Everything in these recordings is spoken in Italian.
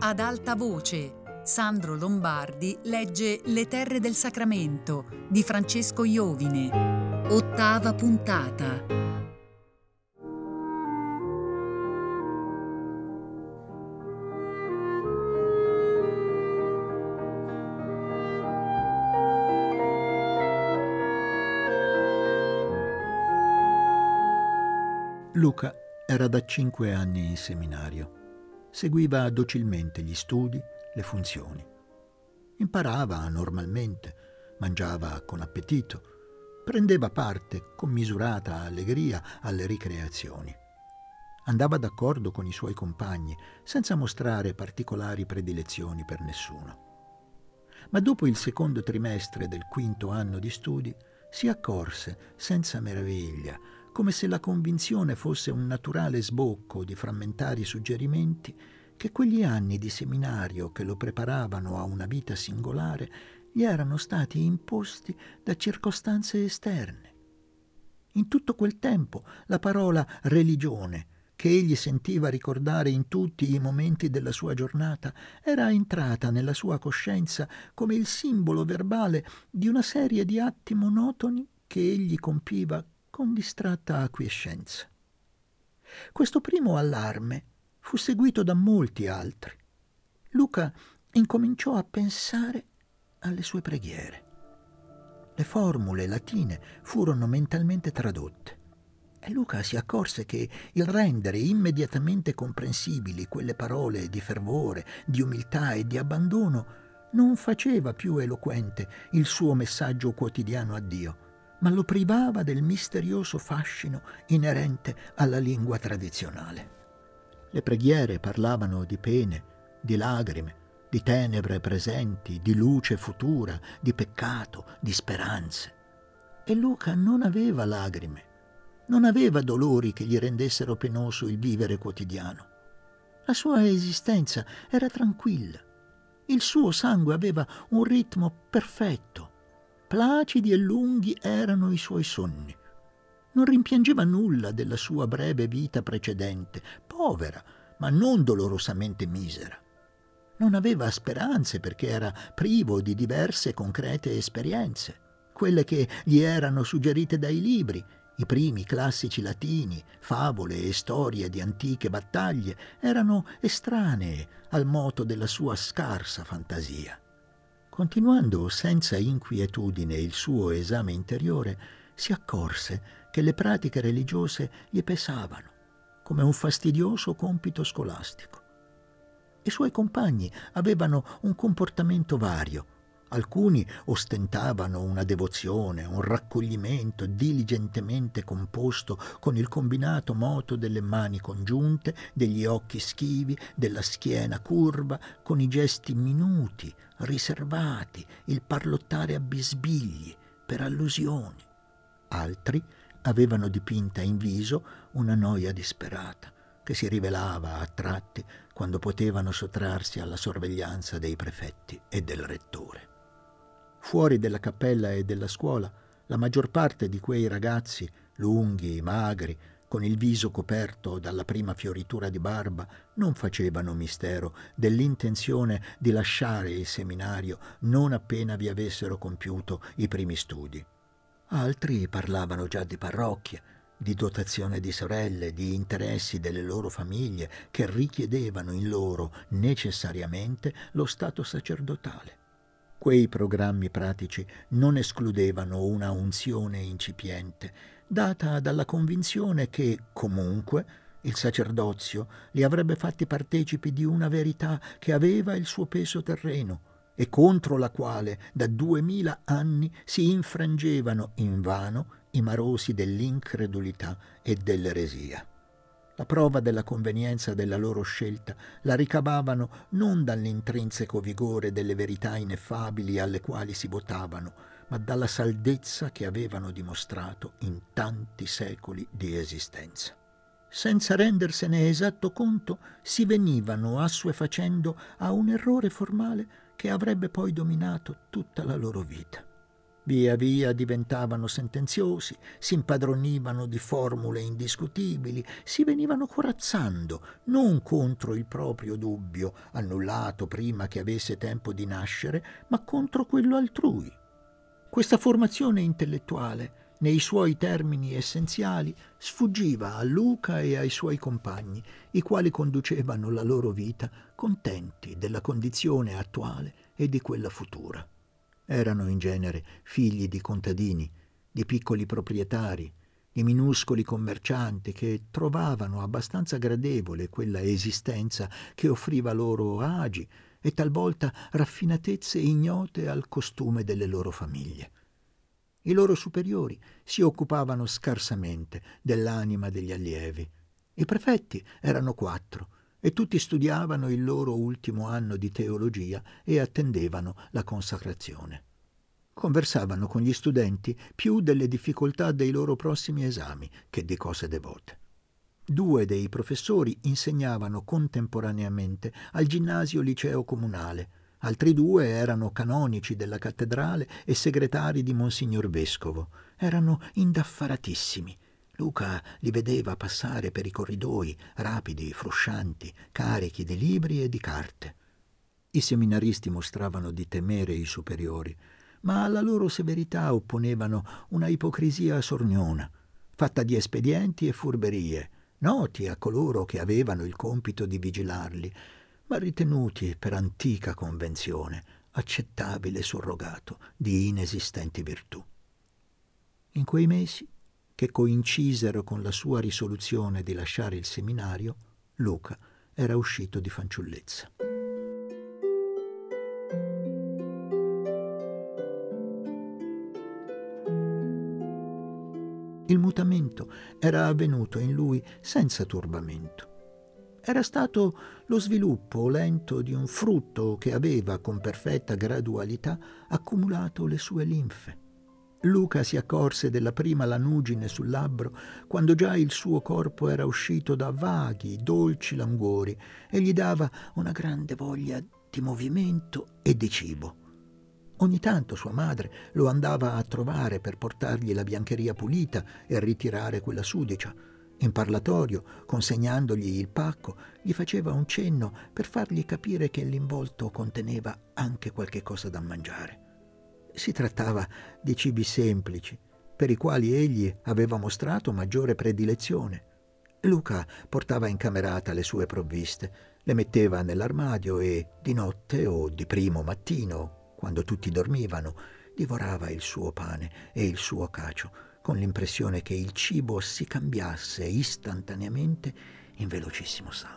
Ad alta voce, Sandro Lombardi legge Le terre del Sacramento di Francesco Iovine. 8ª puntata. Luca era da 5 anni in seminario. Seguiva docilmente gli studi, le funzioni. Imparava normalmente, mangiava con appetito, prendeva parte con misurata allegria alle ricreazioni. Andava d'accordo con i suoi compagni, senza mostrare particolari predilezioni per nessuno. Ma dopo il secondo trimestre del 5º anno di studi, si accorse, senza meraviglia, come se la convinzione fosse un naturale sbocco di frammentari suggerimenti, che quegli anni di seminario che lo preparavano a una vita singolare gli erano stati imposti da circostanze esterne. In tutto quel tempo la parola religione, che egli sentiva ricordare in tutti i momenti della sua giornata, era entrata nella sua coscienza come il simbolo verbale di una serie di atti monotoni che egli compiva con distratta acquiescenza. Questo primo allarme fu seguito da molti altri. Luca incominciò a pensare alle sue preghiere. Le formule latine furono mentalmente tradotte e Luca si accorse che il rendere immediatamente comprensibili quelle parole di fervore, di umiltà e di abbandono non faceva più eloquente il suo messaggio quotidiano a Dio, ma lo privava del misterioso fascino inerente alla lingua tradizionale. Le preghiere parlavano di pene, di lagrime, di tenebre presenti, di luce futura, di peccato, di speranze. E Luca non aveva lagrime, non aveva dolori che gli rendessero penoso il vivere quotidiano. La sua esistenza era tranquilla. Il suo sangue aveva un ritmo perfetto. Placidi e lunghi erano i suoi sonni. Non rimpiangeva nulla della sua breve vita precedente, povera, ma non dolorosamente misera. Non aveva speranze perché era privo di diverse concrete esperienze, quelle che gli erano suggerite dai libri, i primi classici latini, favole e storie di antiche battaglie, erano estranee al moto della sua scarsa fantasia. Continuando senza inquietudine il suo esame interiore, si accorse che le pratiche religiose gli pesavano, come un fastidioso compito scolastico. I suoi compagni avevano un comportamento vario. Alcuni ostentavano una devozione, un raccoglimento diligentemente composto con il combinato moto delle mani congiunte, degli occhi schivi, della schiena curva, con i gesti minuti, riservati, il parlottare a bisbigli, per allusioni. Altri avevano dipinta in viso una noia disperata, che si rivelava a tratti quando potevano sottrarsi alla sorveglianza dei prefetti e del rettore. Fuori della cappella e della scuola, la maggior parte di quei ragazzi, lunghi, magri, con il viso coperto dalla prima fioritura di barba, non facevano mistero dell'intenzione di lasciare il seminario non appena vi avessero compiuto i primi studi. Altri parlavano già di parrocchia, di dotazione di sorelle, di interessi delle loro famiglie che richiedevano in loro necessariamente lo stato sacerdotale. Quei programmi pratici non escludevano una unzione incipiente, data dalla convinzione che, comunque, il sacerdozio li avrebbe fatti partecipi di una verità che aveva il suo peso terreno e contro la quale da 2000 anni si infrangevano invano i marosi dell'incredulità e dell'eresia. La prova della convenienza della loro scelta la ricavavano non dall'intrinseco vigore delle verità ineffabili alle quali si votavano, ma dalla saldezza che avevano dimostrato in tanti secoli di esistenza. Senza rendersene esatto conto, si venivano assuefacendo a un errore formale che avrebbe poi dominato tutta la loro vita. Via via diventavano sentenziosi, si impadronivano di formule indiscutibili, si venivano corazzando, non contro il proprio dubbio, annullato prima che avesse tempo di nascere, ma contro quello altrui. Questa formazione intellettuale, nei suoi termini essenziali, sfuggiva a Luca e ai suoi compagni, i quali conducevano la loro vita contenti della condizione attuale e di quella futura. Erano in genere figli di contadini, di piccoli proprietari, di minuscoli commercianti che trovavano abbastanza gradevole quella esistenza che offriva loro agi e talvolta raffinatezze ignote al costume delle loro famiglie. I loro superiori si occupavano scarsamente dell'anima degli allievi. I prefetti erano 4 e tutti studiavano il loro ultimo anno di teologia e attendevano la consacrazione. Conversavano con gli studenti più delle difficoltà dei loro prossimi esami che di cose devote. 2 dei professori insegnavano contemporaneamente al ginnasio liceo comunale, altri 2 erano canonici della cattedrale e segretari di Monsignor Vescovo. Erano indaffaratissimi. Luca li vedeva passare per i corridoi, rapidi, fruscianti, carichi di libri e di carte. I seminaristi mostravano di temere i superiori, ma alla loro severità opponevano una ipocrisia sorniona, fatta di espedienti e furberie, noti a coloro che avevano il compito di vigilarli, ma ritenuti per antica convenzione accettabile surrogato di inesistenti virtù. In quei mesi, che coincisero con la sua risoluzione di lasciare il seminario, Luca era uscito di fanciullezza. Il mutamento era avvenuto in lui senza turbamento. Era stato lo sviluppo lento di un frutto che aveva, con perfetta gradualità, accumulato le sue linfe. Luca si accorse della prima lanugine sul labbro quando già il suo corpo era uscito da vaghi, dolci languori e gli dava una grande voglia di movimento e di cibo. Ogni tanto sua madre lo andava a trovare per portargli la biancheria pulita e ritirare quella sudicia. In parlatorio, consegnandogli il pacco, gli faceva un cenno per fargli capire che l'involto conteneva anche qualche cosa da mangiare. Si trattava di cibi semplici, per i quali egli aveva mostrato maggiore predilezione. Luca portava in camerata le sue provviste, le metteva nell'armadio e di notte o di primo mattino, quando tutti dormivano, divorava il suo pane e il suo cacio, con l'impressione che il cibo si cambiasse istantaneamente in velocissimo sangue.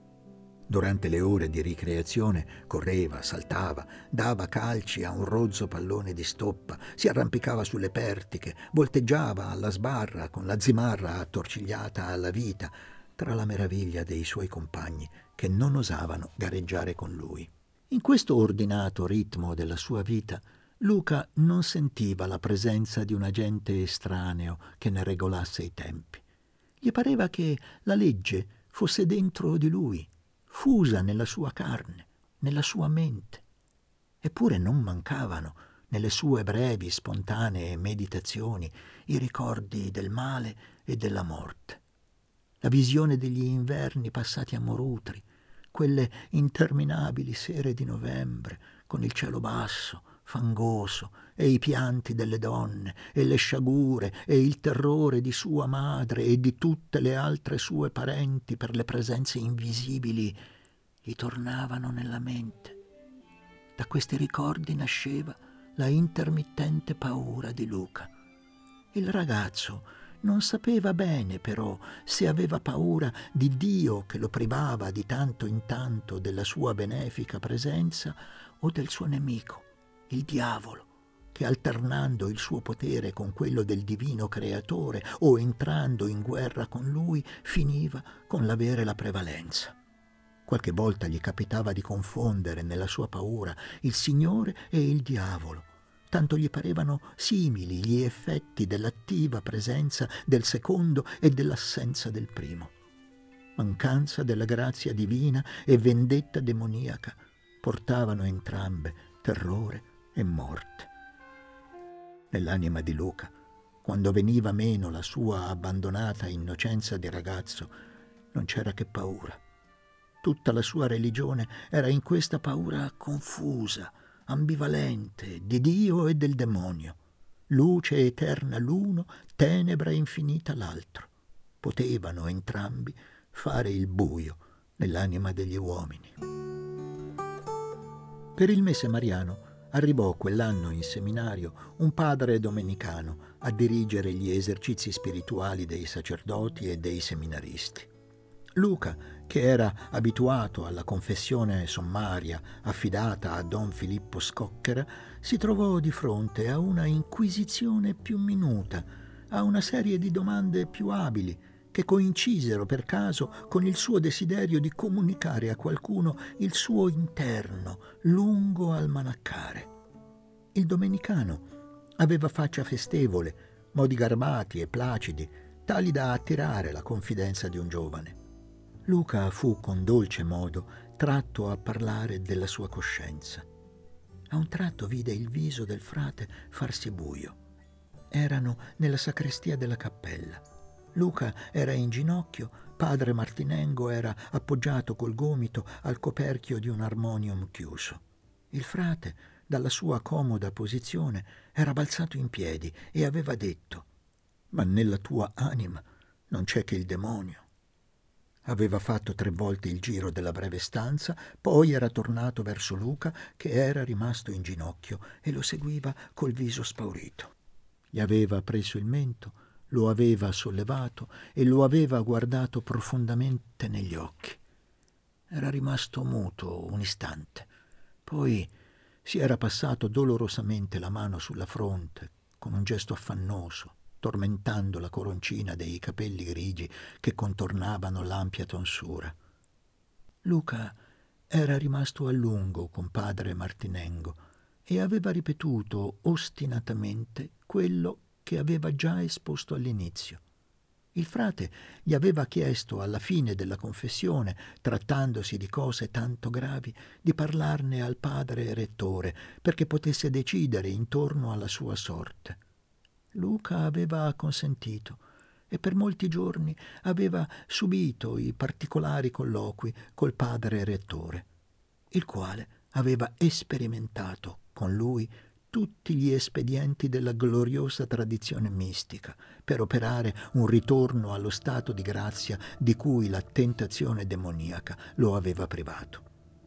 Durante le ore di ricreazione correva, saltava, dava calci a un rozzo pallone di stoppa, si arrampicava sulle pertiche, volteggiava alla sbarra con la zimarra attorcigliata alla vita, tra la meraviglia dei suoi compagni che non osavano gareggiare con lui. In questo ordinato ritmo della sua vita, Luca non sentiva la presenza di un agente estraneo che ne regolasse i tempi. Gli pareva che la legge fosse dentro di lui, fusa nella sua carne, nella sua mente. Eppure non mancavano, nelle sue brevi, spontanee meditazioni, i ricordi del male e della morte. La visione degli inverni passati a Morutri, quelle interminabili sere di novembre, con il cielo basso, fangoso, e i pianti delle donne, e le sciagure, e il terrore di sua madre e di tutte le altre sue parenti per le presenze invisibili, gli tornavano nella mente. Da questi ricordi nasceva la intermittente paura di Luca. Il ragazzo non sapeva bene, però, se aveva paura di Dio che lo privava di tanto in tanto della sua benefica presenza o del suo nemico, il diavolo, che alternando il suo potere con quello del divino creatore o entrando in guerra con lui finiva con l'avere la prevalenza. Qualche volta gli capitava di confondere nella sua paura il Signore e il diavolo. Tanto gli parevano simili gli effetti dell'attiva presenza del secondo e dell'assenza del primo. Mancanza della grazia divina e vendetta demoniaca portavano entrambe terrore e morte. Nell'anima di Luca, quando veniva meno la sua abbandonata innocenza di ragazzo, non c'era che paura. Tutta la sua religione era in questa paura confusa, ambivalente, di Dio e del demonio. Luce eterna l'uno, tenebra infinita l'altro. Potevano entrambi fare il buio nell'anima degli uomini. Per il mese mariano arrivò quell'anno in seminario un padre domenicano a dirigere gli esercizi spirituali dei sacerdoti e dei seminaristi. Luca, che era abituato alla confessione sommaria affidata a Don Filippo Scocchera, si trovò di fronte a una inquisizione più minuta, a una serie di domande più abili, che coincisero per caso con il suo desiderio di comunicare a qualcuno il suo interno, lungo almanaccare. Il domenicano aveva faccia festevole, modi garbati e placidi, tali da attirare la confidenza di un giovane. Luca fu con dolce modo tratto a parlare della sua coscienza. A un tratto vide il viso del frate farsi buio. Erano nella sacrestia della cappella. Luca era in ginocchio, padre Martinengo era appoggiato col gomito al coperchio di un armonium chiuso. Il frate, dalla sua comoda posizione, era balzato in piedi e aveva detto: «Ma nella tua anima non c'è che il demonio». Aveva fatto 3 volte il giro della breve stanza, poi era tornato verso Luca, che era rimasto in ginocchio, e lo seguiva col viso spaurito. Gli aveva preso il mento, lo aveva sollevato e lo aveva guardato profondamente negli occhi. Era rimasto muto un istante. Poi si era passato dolorosamente la mano sulla fronte, con un gesto affannoso, tormentando la coroncina dei capelli grigi che contornavano l'ampia tonsura. Luca era rimasto a lungo con padre Martinengo e aveva ripetuto ostinatamente quello che aveva già esposto all'inizio. Il frate gli aveva chiesto alla fine della confessione, trattandosi di cose tanto gravi, di parlarne al padre rettore perché potesse decidere intorno alla sua sorte. Luca aveva acconsentito e per molti giorni aveva subito i particolari colloqui col padre rettore, il quale aveva sperimentato con lui tutti gli espedienti della gloriosa tradizione mistica per operare un ritorno allo stato di grazia di cui la tentazione demoniaca lo aveva privato.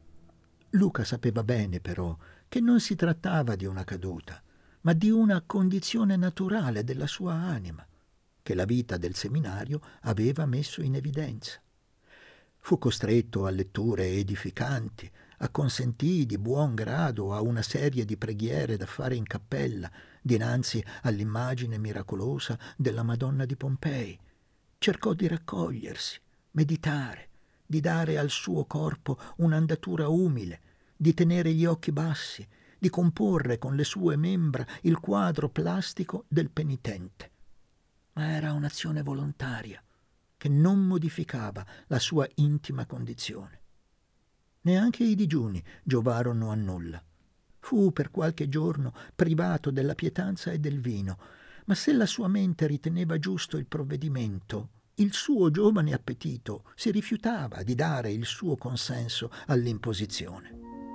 Luca sapeva bene però che non si trattava di una caduta, ma di una condizione naturale della sua anima, che la vita del seminario aveva messo in evidenza. Fu costretto a letture edificanti, acconsentì di buon grado a una serie di preghiere da fare in cappella dinanzi all'immagine miracolosa della Madonna di Pompei. Cercò di raccogliersi, meditare, di dare al suo corpo un'andatura umile, di tenere gli occhi bassi, di comporre con le sue membra il quadro plastico del penitente. Ma era un'azione volontaria che non modificava la sua intima condizione. Neanche i digiuni giovarono a nulla. Fu per qualche giorno privato della pietanza e del vino, ma se la sua mente riteneva giusto il provvedimento, il suo giovane appetito si rifiutava di dare il suo consenso all'imposizione.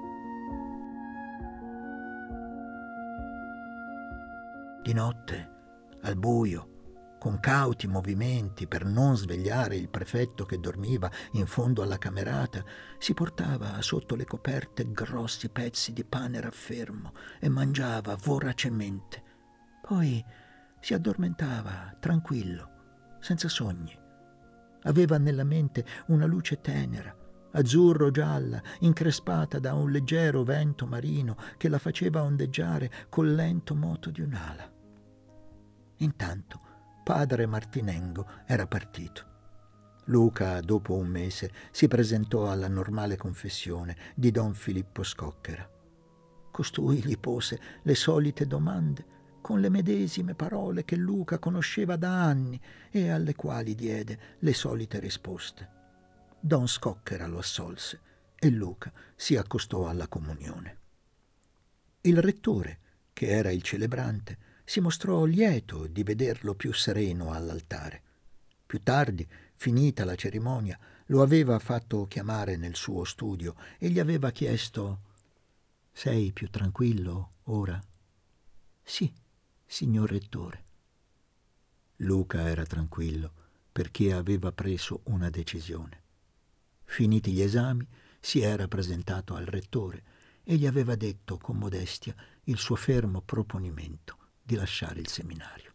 Di notte, al buio, con cauti movimenti per non svegliare il prefetto che dormiva in fondo alla camerata, si portava sotto le coperte grossi pezzi di pane raffermo e mangiava voracemente. Poi si addormentava tranquillo, senza sogni. Aveva nella mente una luce tenera, azzurro-gialla, increspata da un leggero vento marino che la faceva ondeggiare col lento moto di un'ala. Intanto padre Martinengo era partito. Luca, dopo un mese, si presentò alla normale confessione di Don Filippo Scocchera. Costui gli pose le solite domande con le medesime parole che Luca conosceva da anni e alle quali diede le solite risposte. Don Scocchera lo assolse e Luca si accostò alla comunione. Il rettore, che era il celebrante, si mostrò lieto di vederlo più sereno all'altare. Più tardi, finita la cerimonia, lo aveva fatto chiamare nel suo studio e gli aveva chiesto: «Sei più tranquillo ora?» «Sì, signor Rettore». Luca era tranquillo perché aveva preso una decisione. Finiti gli esami, si era presentato al Rettore e gli aveva detto con modestia il suo fermo proponimento di lasciare il seminario.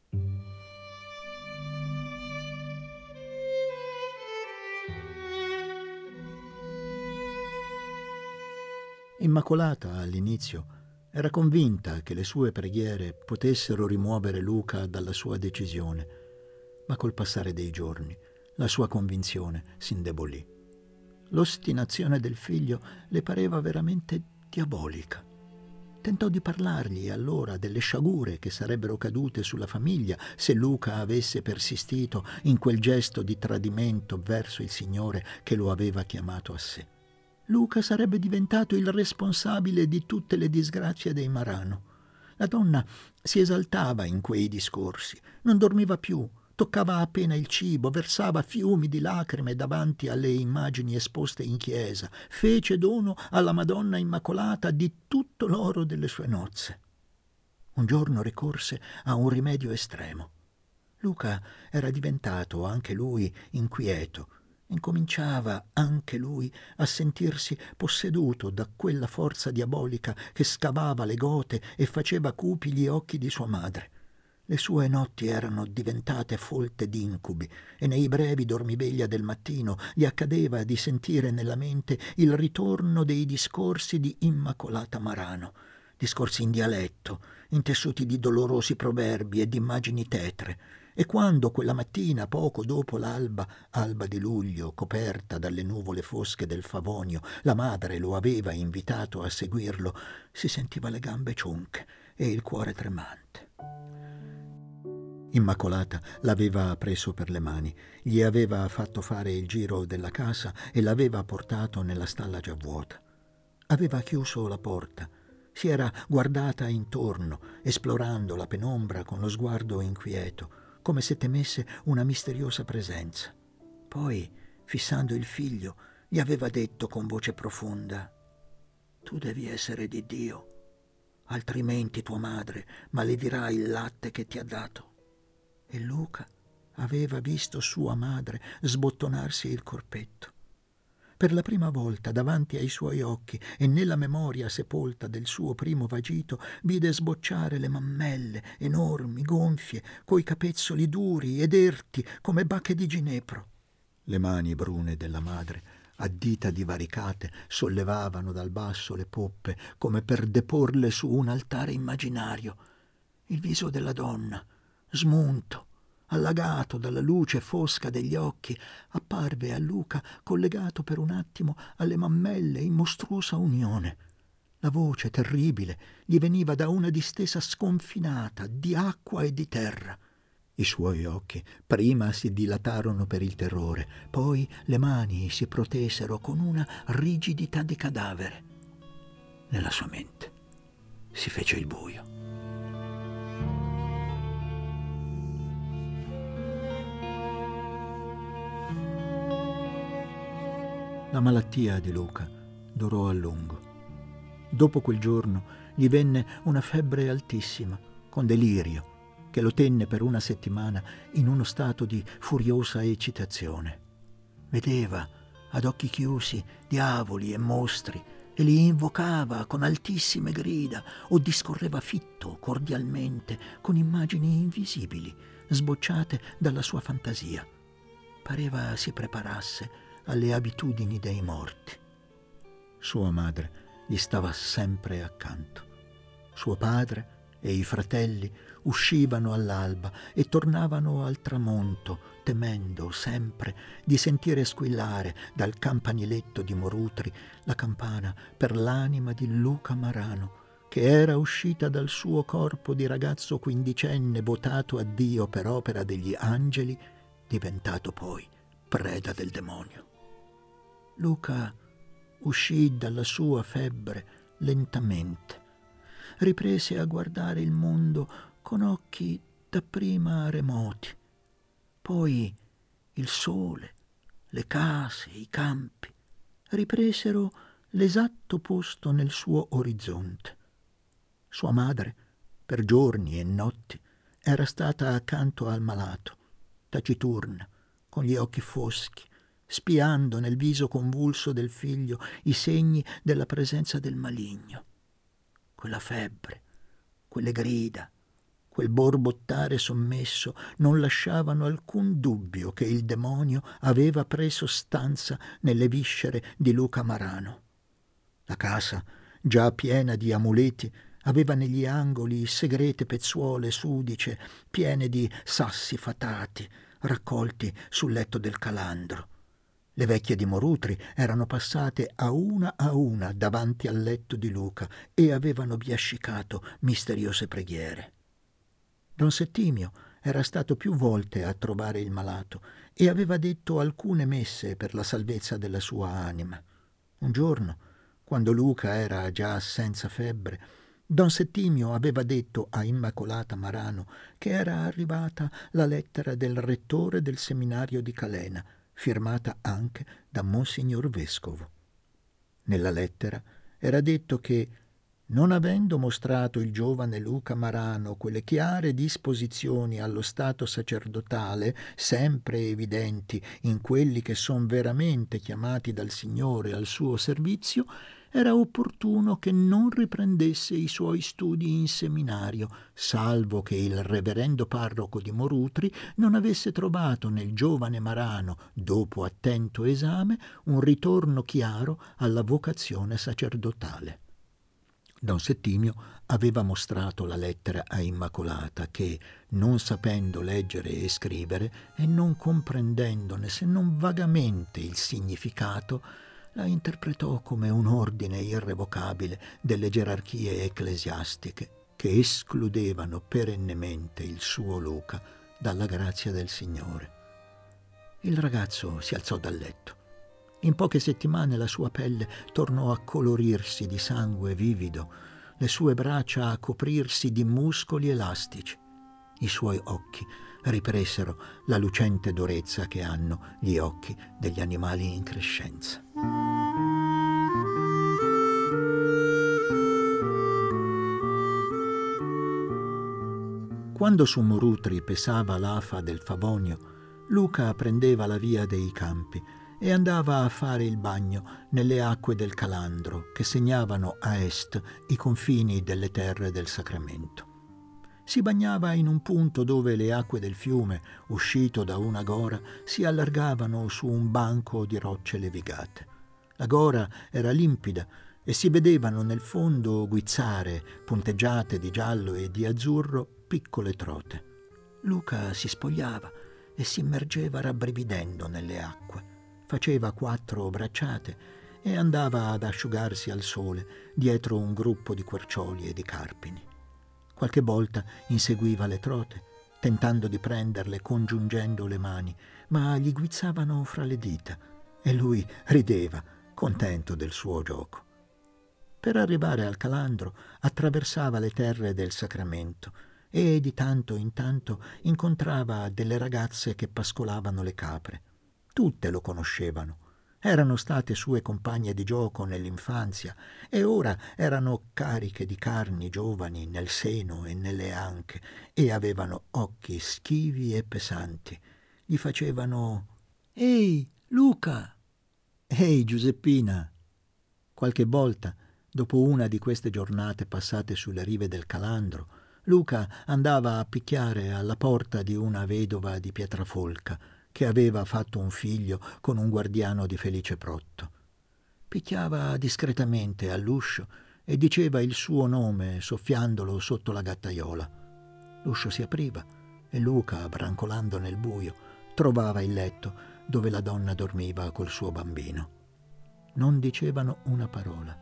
Immacolata all'inizio era convinta che le sue preghiere potessero rimuovere Luca dalla sua decisione, ma col passare dei giorni la sua convinzione si indebolì. L'ostinazione del figlio le pareva veramente diabolica. Tentò di parlargli allora delle sciagure che sarebbero cadute sulla famiglia se Luca avesse persistito in quel gesto di tradimento verso il Signore che lo aveva chiamato a sé. Luca sarebbe diventato il responsabile di tutte le disgrazie dei Marano. La donna si esaltava in quei discorsi, non dormiva più, toccava appena il cibo, versava fiumi di lacrime davanti alle immagini esposte in chiesa, fece dono alla Madonna Immacolata di tutto l'oro delle sue nozze. Un giorno ricorse a un rimedio estremo. Luca era diventato anche lui inquieto. Incominciava anche lui a sentirsi posseduto da quella forza diabolica che scavava le gote e faceva cupi gli occhi di sua madre. Le sue notti erano diventate folte di incubi e nei brevi dormiveglia del mattino gli accadeva di sentire nella mente il ritorno dei discorsi di Immacolata Marano, discorsi in dialetto, intessuti di dolorosi proverbi e di immagini tetre. E quando quella mattina, poco dopo l'alba, alba di luglio, coperta dalle nuvole fosche del Favonio, la madre lo aveva invitato a seguirlo, si sentiva le gambe cionche e il cuore tremante. Immacolata l'aveva preso per le mani, gli aveva fatto fare il giro della casa e l'aveva portato nella stalla già vuota. Aveva chiuso la porta, si era guardata intorno, esplorando la penombra con lo sguardo inquieto, come se temesse una misteriosa presenza. Poi, fissando il figlio, gli aveva detto con voce profonda: «Tu devi essere di Dio, altrimenti tua madre maledirà il latte che ti ha dato». E Luca aveva visto sua madre sbottonarsi il corpetto. Per la prima volta davanti ai suoi occhi e nella memoria sepolta del suo primo vagito vide sbocciare le mammelle enormi, gonfie, coi capezzoli duri ed erti come bacche di ginepro. Le mani brune della madre, a dita divaricate, sollevavano dal basso le poppe come per deporle su un altare immaginario. Il viso della donna, smunto, allagato dalla luce fosca degli occhi, apparve a Luca collegato per un attimo alle mammelle in mostruosa unione. La voce terribile gli veniva da una distesa sconfinata di acqua e di terra. I suoi occhi prima si dilatarono per il terrore, poi le mani si protesero con una rigidità di cadavere. Nella sua mente si fece il buio. La malattia di Luca durò a lungo. Dopo quel giorno gli venne una febbre altissima, con delirio, che lo tenne per una settimana in uno stato di furiosa eccitazione. Vedeva, ad occhi chiusi, diavoli e mostri e li invocava con altissime grida o discorreva fitto, cordialmente, con immagini invisibili, sbocciate dalla sua fantasia. Pareva si preparasse alle abitudini dei morti. Sua madre gli stava sempre accanto. Suo padre e i fratelli uscivano all'alba e tornavano al tramonto, temendo sempre di sentire squillare dal campaniletto di Morutri la campana per l'anima di Luca Marano, che era uscita dal suo corpo di ragazzo quindicenne votato a Dio per opera degli angeli, diventato poi preda del demonio. Luca uscì dalla sua febbre lentamente. Riprese a guardare il mondo con occhi dapprima remoti, poi il sole, le case, i campi ripresero l'esatto posto nel suo orizzonte. Sua madre, per giorni e notti, era stata accanto al malato, taciturna, con gli occhi foschi, spiando nel viso convulso del figlio i segni della presenza del maligno. Quella febbre, quelle grida, quel borbottare sommesso non lasciavano alcun dubbio che il demonio aveva preso stanza nelle viscere di Luca Marano. La casa, già piena di amuleti, aveva negli angoli segrete pezzuole sudice piene di sassi fatati raccolti sul letto del calandro. Le vecchie di Morutri erano passate a una davanti al letto di Luca e avevano biascicato misteriose preghiere. Don Settimio era stato più volte a trovare il malato e aveva detto alcune messe per la salvezza della sua anima. Un giorno, quando Luca era già senza febbre, Don Settimio aveva detto a Immacolata Marano che era arrivata la lettera del rettore del seminario di Calena, firmata anche da Monsignor Vescovo. Nella lettera era detto che, non avendo mostrato il giovane Luca Marano quelle chiare disposizioni allo stato sacerdotale, sempre evidenti in quelli che son veramente chiamati dal Signore al suo servizio, era opportuno che non riprendesse i suoi studi in seminario, salvo che il reverendo parroco di Morutri non avesse trovato nel giovane Marano, dopo attento esame, un ritorno chiaro alla vocazione sacerdotale. Don Settimio aveva mostrato la lettera a Immacolata che, non sapendo leggere e scrivere e non comprendendone se non vagamente il significato, la interpretò come un ordine irrevocabile delle gerarchie ecclesiastiche che escludevano perennemente il suo Luca dalla grazia del Signore. Il ragazzo si alzò dal letto. In poche settimane la sua pelle tornò a colorirsi di sangue vivido, le sue braccia a coprirsi di muscoli elastici. I suoi occhi ripresero la lucente durezza che hanno gli occhi degli animali in crescenza. Quando su Morutri pesava l'afa del Favonio, Luca prendeva la via dei campi e andava a fare il bagno nelle acque del Calandro che segnavano a est i confini delle terre del Sacramento. Si bagnava in un punto dove le acque del fiume, uscito da una gora, si allargavano su un banco di rocce levigate. La gora era limpida e si vedevano nel fondo guizzare, punteggiate di giallo e di azzurro, piccole trote. Luca si spogliava e si immergeva rabbrividendo nelle acque. Faceva 4 bracciate e andava ad asciugarsi al sole dietro un gruppo di quercioli e di carpini. Qualche volta inseguiva le trote, tentando di prenderle congiungendo le mani, ma gli guizzavano fra le dita e lui rideva, contento del suo gioco. Per arrivare al Calandro attraversava le terre del Sacramento e di tanto in tanto incontrava delle ragazze che pascolavano le capre. Tutte lo conoscevano. Erano state sue compagne di gioco nell'infanzia e ora erano cariche di carni giovani nel seno e nelle anche e avevano occhi schivi e pesanti. Gli facevano «Ehi, Luca!» «Ehi, Giuseppina!» Qualche volta, dopo una di queste giornate passate sulle rive del Calandro, Luca andava a picchiare alla porta di una vedova di Pietrafolca che aveva fatto un figlio con un guardiano di Felice Protto. Picchiava discretamente all'uscio e diceva il suo nome soffiandolo sotto la gattaiola. L'uscio si apriva e Luca, brancolando nel buio, trovava il letto dove la donna dormiva col suo bambino. Non dicevano una parola.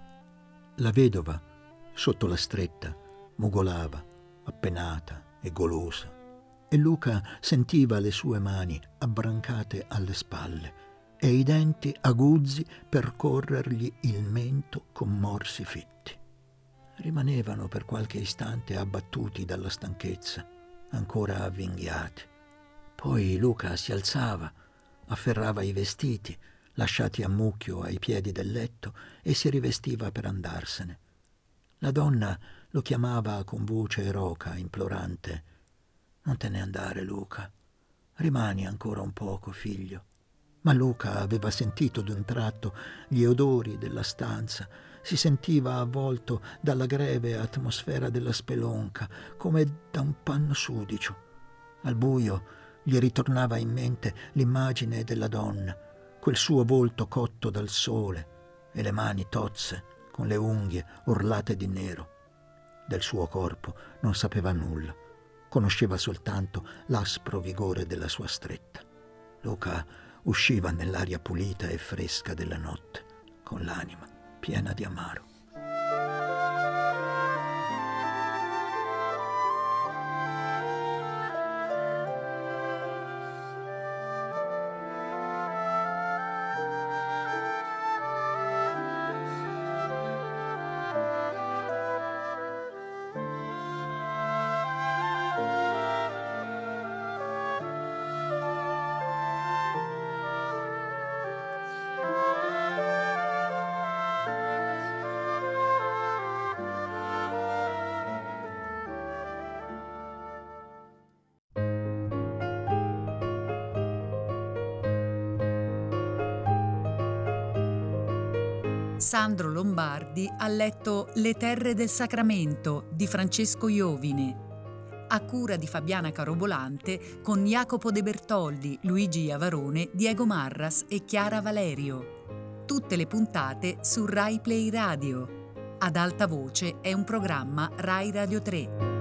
La vedova, sotto la stretta, mugolava, appennata e golosa, e Luca sentiva le sue mani abbrancate alle spalle e i denti aguzzi percorrergli il mento con morsi fitti. Rimanevano per qualche istante abbattuti dalla stanchezza, ancora avvinghiati. Poi Luca si alzava, afferrava i vestiti, lasciati a mucchio ai piedi del letto, e si rivestiva per andarsene. La donna lo chiamava con voce roca, implorante. «Non te ne andare, Luca. Rimani ancora un poco, figlio». Ma Luca aveva sentito d'un tratto gli odori della stanza, si sentiva avvolto dalla greve atmosfera della spelonca, come da un panno sudicio. Al buio gli ritornava in mente l'immagine della donna, quel suo volto cotto dal sole e le mani tozze con le unghie orlate di nero. Del suo corpo non sapeva nulla, conosceva soltanto l'aspro vigore della sua stretta. Luca usciva nell'aria pulita e fresca della notte, con l'anima piena di amaro. Sandro Lombardi ha letto Le terre del Sacramento di Francesco Iovine, a cura di Fabiana Carobolante, con Jacopo De Bertoldi, Luigi Iavarone, Diego Marras e Chiara Valerio. Tutte le puntate su Rai Play Radio. Ad alta voce è un programma Rai Radio 3.